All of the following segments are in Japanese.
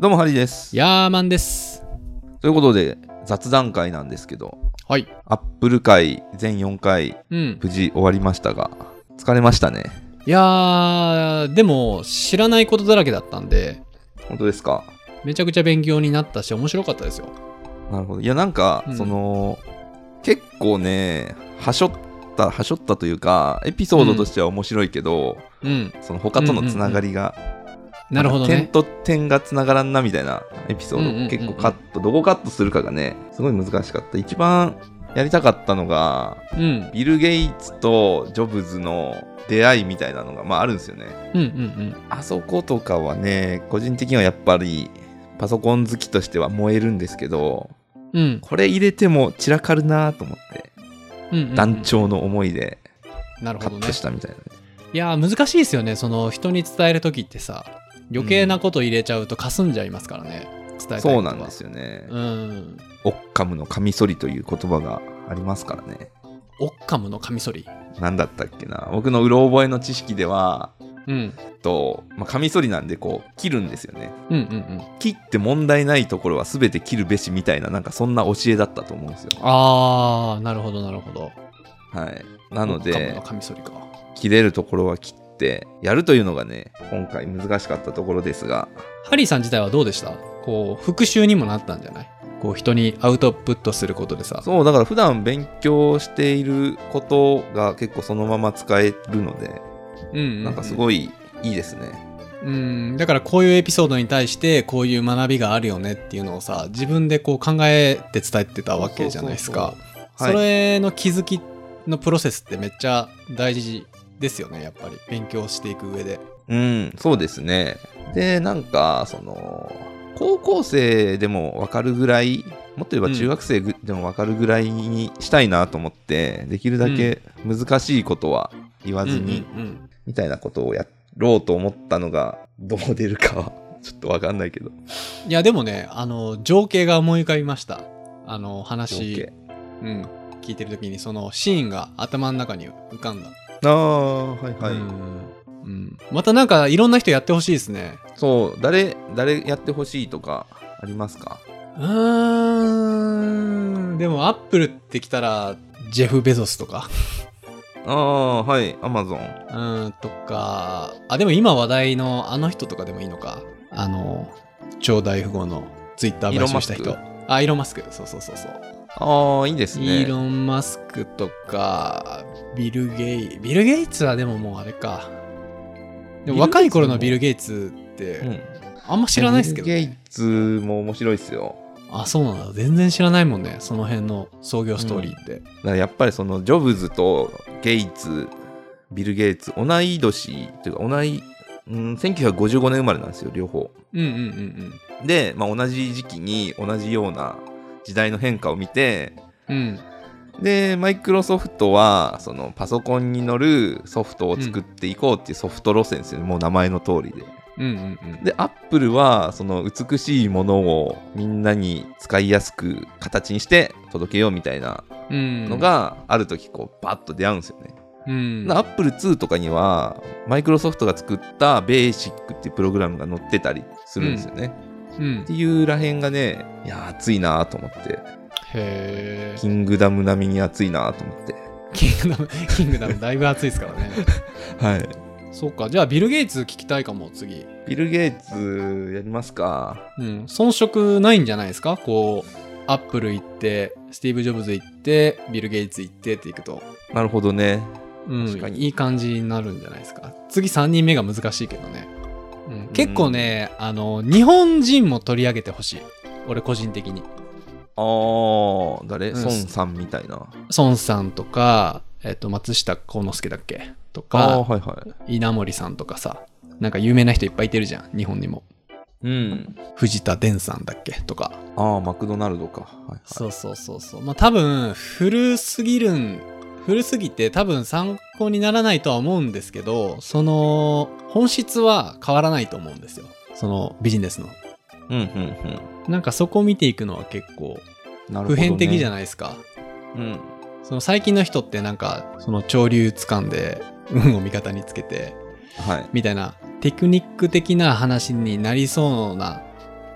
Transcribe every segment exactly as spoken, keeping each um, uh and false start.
どうもハリーです。 ヤーマンです。 ということで雑談会なんですけど、 はい。 アップル会全よんかい、 うん、 無事終わりましたが、疲れましたね。 いやーでも知らないことだらけだったんで、 本当ですか？ めちゃくちゃ勉強になったし面白かったですよ。 なるほど。いやなんか、うん、その結構ねはしょったはしょったというかエピソードとしては面白いけど、うん、その他とのつながりが、うんうんうんなるほどね、 点と点がつながらんなみたいなエピソード、うんうんうんうん、結構カットどこカットするかがねすごい難しかった。一番やりたかったのが、うん、ビル・ゲイツとジョブズの出会いみたいなのが、まあ、あるんですよね、うんうんうん、あそことかはね個人的にはやっぱりパソコン好きとしては燃えるんですけど、うん、これ入れても散らかるなと思って、うんうんうん、団長の思いでカットしたみたいな、ね、 いや難しいですよね。その人に伝える時ってさ余計なこと入れちゃうとかすんじゃいますからね、伝えたいことは。 そうなんですよね、 うん、 オッカムのカミソリという言葉がありますからね。 オッカムのカミソリなんだったっけな、僕のうろ覚えの知識では、うんとまあ、カミソリなんでこう切るんですよね、うんうんうん、切って問題ないところは全て切るべしみたいな、なんかそんな教えだったと思うんですよ。 あーなるほどなるほど。 はい、なのでオッカムのカミソリか、 切れるところは切ってやるというのがね今回難しかったところですが、 ハリーさん自体はどうでした？こう復習にもなったんじゃない？こう人にアウトプットすることでさ。 そうだから普段勉強していることが結構そのまま使えるので、うんうんうん、なんかすごいいいですね。 うんだからこういうエピソードに対してこういう学びがあるよねっていうのをさ自分でこう考えて伝えてたわけじゃないですか。それの気づきのプロセスってめっちゃ大事ですよね、やっぱり勉強していく上で。 うんそうですね。でなんかその高校生でも分かるぐらい、もっと言えば中学生でも分かるぐらいにしたいなと思って、うん、できるだけ難しいことは言わずに、うんうんうん、みたいなことをやろうと思ったのがどう出るかはちょっと分かんないけど、 いやでもねあの情景が思い浮かびました。あの話、うん、聞いてる時にそのシーンが頭の中に浮かんだ。 ああはいはい、うんうん、またなんかいろんな人やってほしいですね。 そう誰誰やってほしいとかありますか？ うーんでもアップルってきたらジェフ・ベゾスとかああはいアマゾンうんとか、あでも今話題のあの人とかでもいいのか、あの超大富豪のツイッター買収した人、あイーロン・マスク、そうそうそうそう、 ああいいですね。 イーロン・マスクとかビル・ゲイビル・ゲイツはでももうあれか、でも若い頃のビル・ゲイツって、うん、あんま知らないですけど、ね、 ビル・ゲイツも面白いですよ。 あそうなんだ、全然知らないもんねその辺の創業ストーリーって、うん、 だからやっぱりそのジョブズとゲイツビル・ゲイツ同い年というか同い、うん、せんきゅうひゃくごじゅうごねん生まれなんですよ両方、うんうんうんうん、で、まあ、同じ時期に同じような時代の変化を見て、うん、でマイクロソフトはそのパソコンに乗るソフトを作っていこうっていうソフト路線ですよね、うん、もう名前の通りで、うんうんうん、でアップルはその美しいものをみんなに使いやすく形にして届けようみたいなのがある時こうバッと出会うんですよね、うん、アップルツーとかにはマイクロソフトが作ったベーシックっていうプログラムが載ってたりするんですよね、うんうん、っていうらへんがねいや熱いなと思って、 へーキングダム並みに熱いなと思って。 キングダムキングダムだいぶ熱いですからねはいそうか、じゃあビル・ゲイツ聞きたいかも。次ビル・ゲイツやりますか。 うん遜色ないんじゃないですか。こうアップル行ってスティーブ・ジョブズ行ってビル・ゲイツ行ってっていくと、 なるほどね、 うん、確かにいい感じになるんじゃないですか。次さんにんめが難しいけどね、うん、結構ね、うん、あの日本人も取り上げてほしい俺個人的に。 あー誰、うん、孫さんみたいな。 孫さんとか、えっと、松下幸之助だっけとか、 あ、はいはい、 稲森さんとかさ、なんか有名な人いっぱいいてるじゃん日本にも、うん、藤田伝さんだっけとか、 ああマクドナルドか、はいはい、 そうそうそうそう、まあ多分古すぎるん古すぎて多分参考にならないとは思うんですけど、その本質は変わらないと思うんですよ、そのビジネスの。うんうんうん。なんかそこを見ていくのは結構普遍的じゃないですか。うん。その最近の人ってなんかその潮流掴んで運を味方につけて、はい、みたいなテクニック的な話になりそうな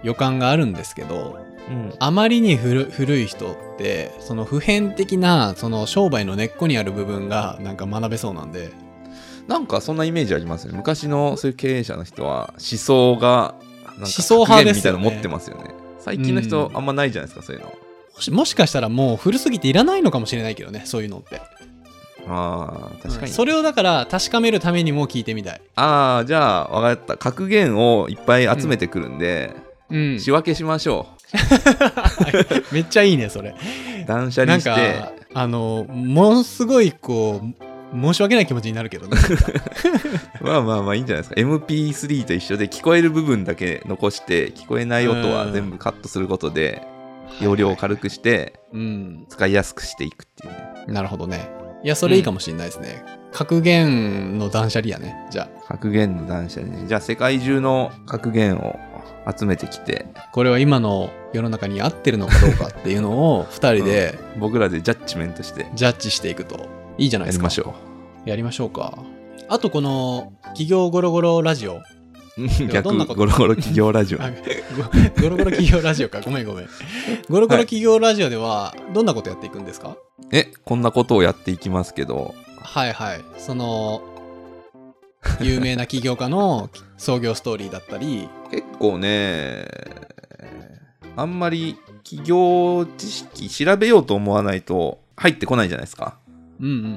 予感があるんですけど、 うん、 あまりに古、古い人ってその普遍的なその商売の根っこにある部分がなんか学べそうなんで、 なんかそんなイメージありますよね。昔のそういう経営者の人は思想がなんか思想派ですよね格言みたいなの持ってますよね。最近の人あんまないじゃないですか、そういうの。 もし、もしかしたらもう古すぎていらないのかもしれないけどね、そういうのって。 ああ、確かに、 うん、それをだから確かめるためにも聞いてみたい。 ああ、じゃあ分かった。格言をいっぱい集めてくるんで、 うん、 仕分けしましょう。めっちゃいいねそれ。 断捨離して。 なんかあのものすごいこう申し訳ない気持ちになるけどね。 まあまあまあいいんじゃないですか。 エムピースリー と一緒で聞こえる部分だけ残して聞こえない音は全部カットすることで容量を軽くして使いやすくしていくっていうね、 うん、なるほどね。いやそれいいかもしれないですね、うん、格言の断捨離やね。じゃあ格言の断捨離ね。じゃあ世界中の格言を集めてきて、 これは今の世の中に合ってるのかどうかっていうのをふたりで、 うん、僕らでジャッジメントしてジャッジしていくといいじゃないですか。 やりましょうやりましょうか。あとこの企業ゴロゴロラジオ逆ゴロゴロ企業ラジオゴロゴロ企業ラジオかごめんごめんゴロゴロ企業ラジオではどんなことやっていくんですか？ えこんなことをやっていきますけど、 はいはい、その有名な起業家の創業ストーリーだったり結構ねあんまり企業知識調べようと思わないと入ってこないじゃないですか。 うんうんうんうん。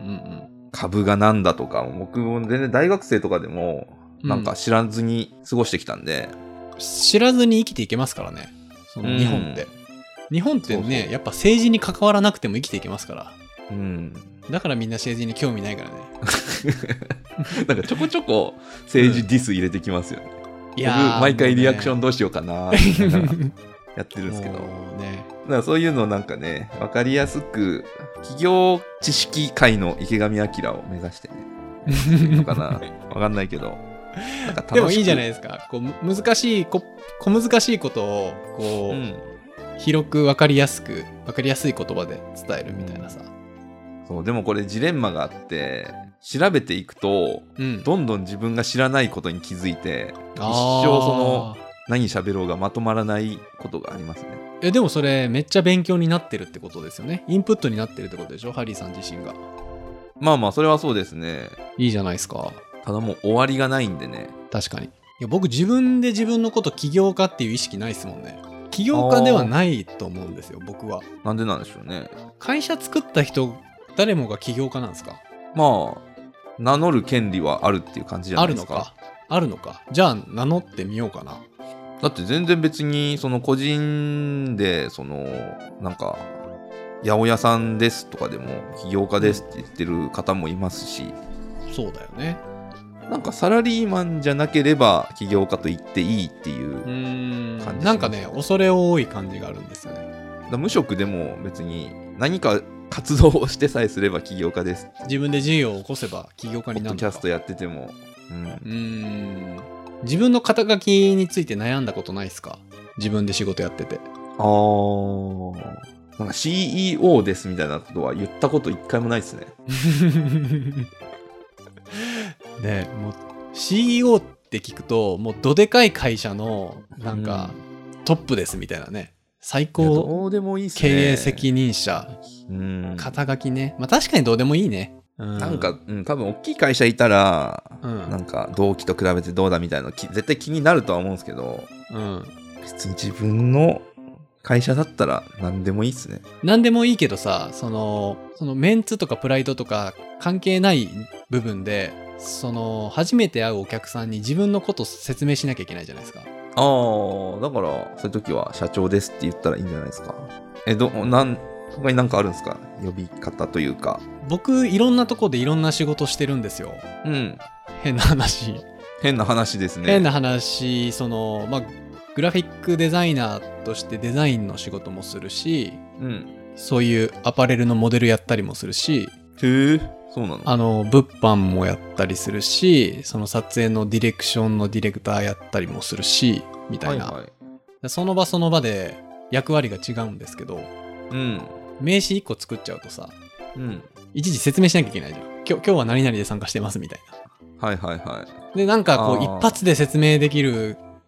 株がなんだとか、僕も全然大学生とかでもなんか知らずに過ごしてきたんで、 うん、知らずに生きていけますからね。その日本って、うん、日本ってねそうそうやっぱ政治に関わらなくても生きていけますから。うん。だからみんな政治に興味ないからね。 なんかちょこちょこ政治ディス入れてきますよね。うん、いや僕毎回リアクションどうしようかなってやってるんですけど、ね、だからそういうのなんかね分かりやすく企業知識界の池上彰を目指してねいいのかな分かんないけどなんか楽しくでもいいじゃないですか。こう難しいこ小難しいことをこう、うん、広く分かりやすく分かりやすい言葉で伝えるみたいなさ、 うん、そうでもこれジレンマがあって調べていくと、うん、どんどん自分が知らないことに気づいて一生その何喋ろうがまとまらないことがありますね。 えでもそれめっちゃ勉強になってるってことですよね。インプットになってるってことでしょ、ハリーさん自身が。 まあまあそれはそうですね。 いいじゃないですか。 ただもう終わりがないんでね。 確かに。いや僕自分で自分のこと起業家っていう意識ないですもんね。起業家ではないと思うんですよ僕は。 なんでなんでしょうね。 会社作った人誰もが起業家なんですか？ まあ名乗る権利はあるっていう感じじゃないですか。 あるのか。あるのか。じゃあ名乗ってみようかな。 だって全然別にその個人でそのなんか八百屋さんですとかでも起業家ですって言ってる方もいますし、 そうだよね。 なんかサラリーマンじゃなければ起業家と言っていいっていう感じ。 なんかね恐れ多い感じがあるんですよね。 だ無職でも別に何か活動をしてさえすれば起業家です。 自分で事業を起こせば起業家になるのか。 ポッドキャストやってても、 うん、うーん自分の肩書きについて悩んだことないですか？自分で仕事やってて。 あーなんか シーイーオー ですみたいなことは言ったこと一回もないですね。 ねもう シーイーオー って聞くともうどでかい会社のなんかトップですみたいなね。最高経営責任者、うん、肩書きね。まあ確かにどうでもいいね。うん、 なんか、うん、多分大きい会社いたら、うん、なんか同期と比べてどうだみたいなの絶対気になるとは思うんですけど、うん、別に自分の会社だったら何でもいいっすね。 何でもいいけどさ、そのそのメンツとかプライドとか関係ない部分で、その初めて会うお客さんに自分のこと説明しなきゃいけないじゃないですか。 ああ、だからそういう時は社長ですって言ったらいいんじゃないですか。えどなん他に何かあるんですか、呼び方というか。 僕いろんなとこでいろんな仕事してるんですよ。うん。変な話。 変な話ですね。 変な話、そのまあグラフィックデザイナーとしてデザインの仕事もするし、うん、そういうアパレルのモデルやったりもするし、 へえ、そうなの？ あの物販もやったりするし、その撮影のディレクションのディレクターやったりもするしみたいな、はいはい、その場その場で役割が違うんですけど、うん、名刺いっこ作っちゃうとさ、うん、いちいち説明しなきゃいけないじゃん。今日、今日は何々で参加してますみたいな。 はいはいはい。 でなんかこう一発で説明できる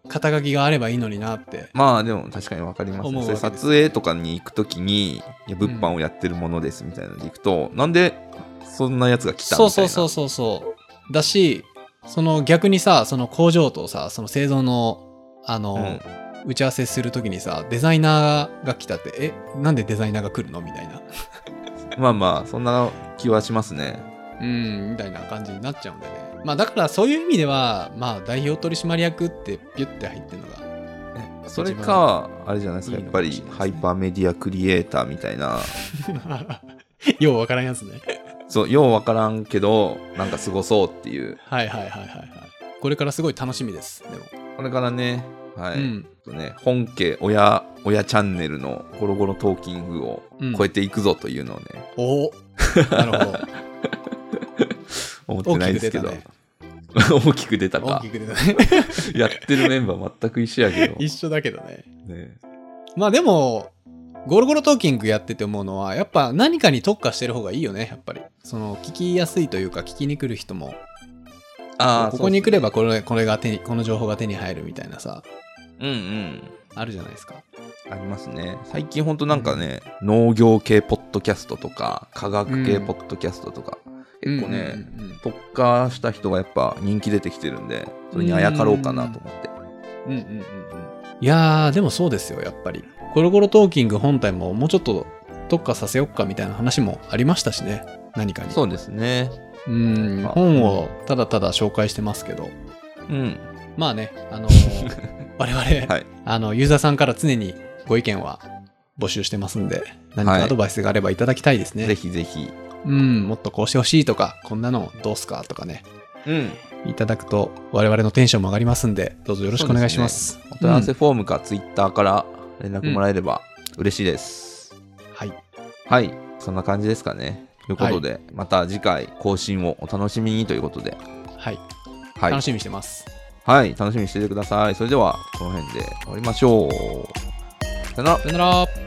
肩書きがあればいいのになって。 まあでも確かに分かりますね。それ撮影とかに行くときに、いや物販をやってるものですみたいなので行くと、うん、なんでそんなやつが来たみたいな。 そうそうそうそうだし、その逆にさ、その工場とさ、その製造のあの、うん、打ち合わせするときにさ、デザイナーが来たって、え、なんでデザイナーが来るのみたいな。 まあまあそんな気はしますね。 うんみたいな感じになっちゃうんだよね。まあだからそういう意味では、まあ代表取締役ってピュッて入ってるのが。 それか、あれじゃないですか、やっぱりハイパーメディアクリエイターみたいな。 ようわからんやつね。 そう、ようわからんけど、なんかすごそうっていう。 はいはいはいはいはい。これからすごい楽しみです。でも。 これからね、はい。うんとね、本家親、親チャンネルのゴロゴロトーキングを超えていくぞというのをね。 うん、おなるほど。 思ってないですけど。大きく出たか。 大きく出たね。 やってるメンバー全く一緒やけど。 一緒だけどね。ね、まあでも、ゴロゴロトーキングやってて思うのは、やっぱ何かに特化してる方がいいよね、やっぱり。その、聞きやすいというか、聞きに来る人も、あここに来ればこれ、これが手に、この情報が手に入るみたいなさ。 うんうん。 あるじゃないですか。 ありますね。最近ほんとなんかね、うん、農業系ポッドキャストとか、科学系ポッドキャストとか、うん、結構ね、うんうんうん、特化した人がやっぱ人気出てきてるんで、それにあやかろうかなと思って。 うんうんうんうん。いやー、でもそうですよ、やっぱり。ゴロゴロトーキング本体ももうちょっと特化させよっかみたいな話もありましたしね、何かに。 そうですね。 うん、本をただただ紹介してますけど。 うん。 まあね、あのー、我々、はい、あの、ユーザーさんから常にご意見は募集してますんで、何かアドバイスがあればいただきたいですね。 はい、ぜひぜひ。 うん、もっとこうしてほしいとか、こんなのどうすかとかね。 うん。 いただくと我々のテンションも上がりますんで、どうぞよろしくお願いします。 お問い合わせフォームかツイッターから連絡もらえれば嬉しいです。 うん、はい。 はい。そんな感じですかね。ということで、はい、また次回更新をお楽しみにということで。 はい。はい、楽しみにしてます。 はい。楽しみにしててください。それでは、この辺で終わりましょう。さよなら。 さよなら。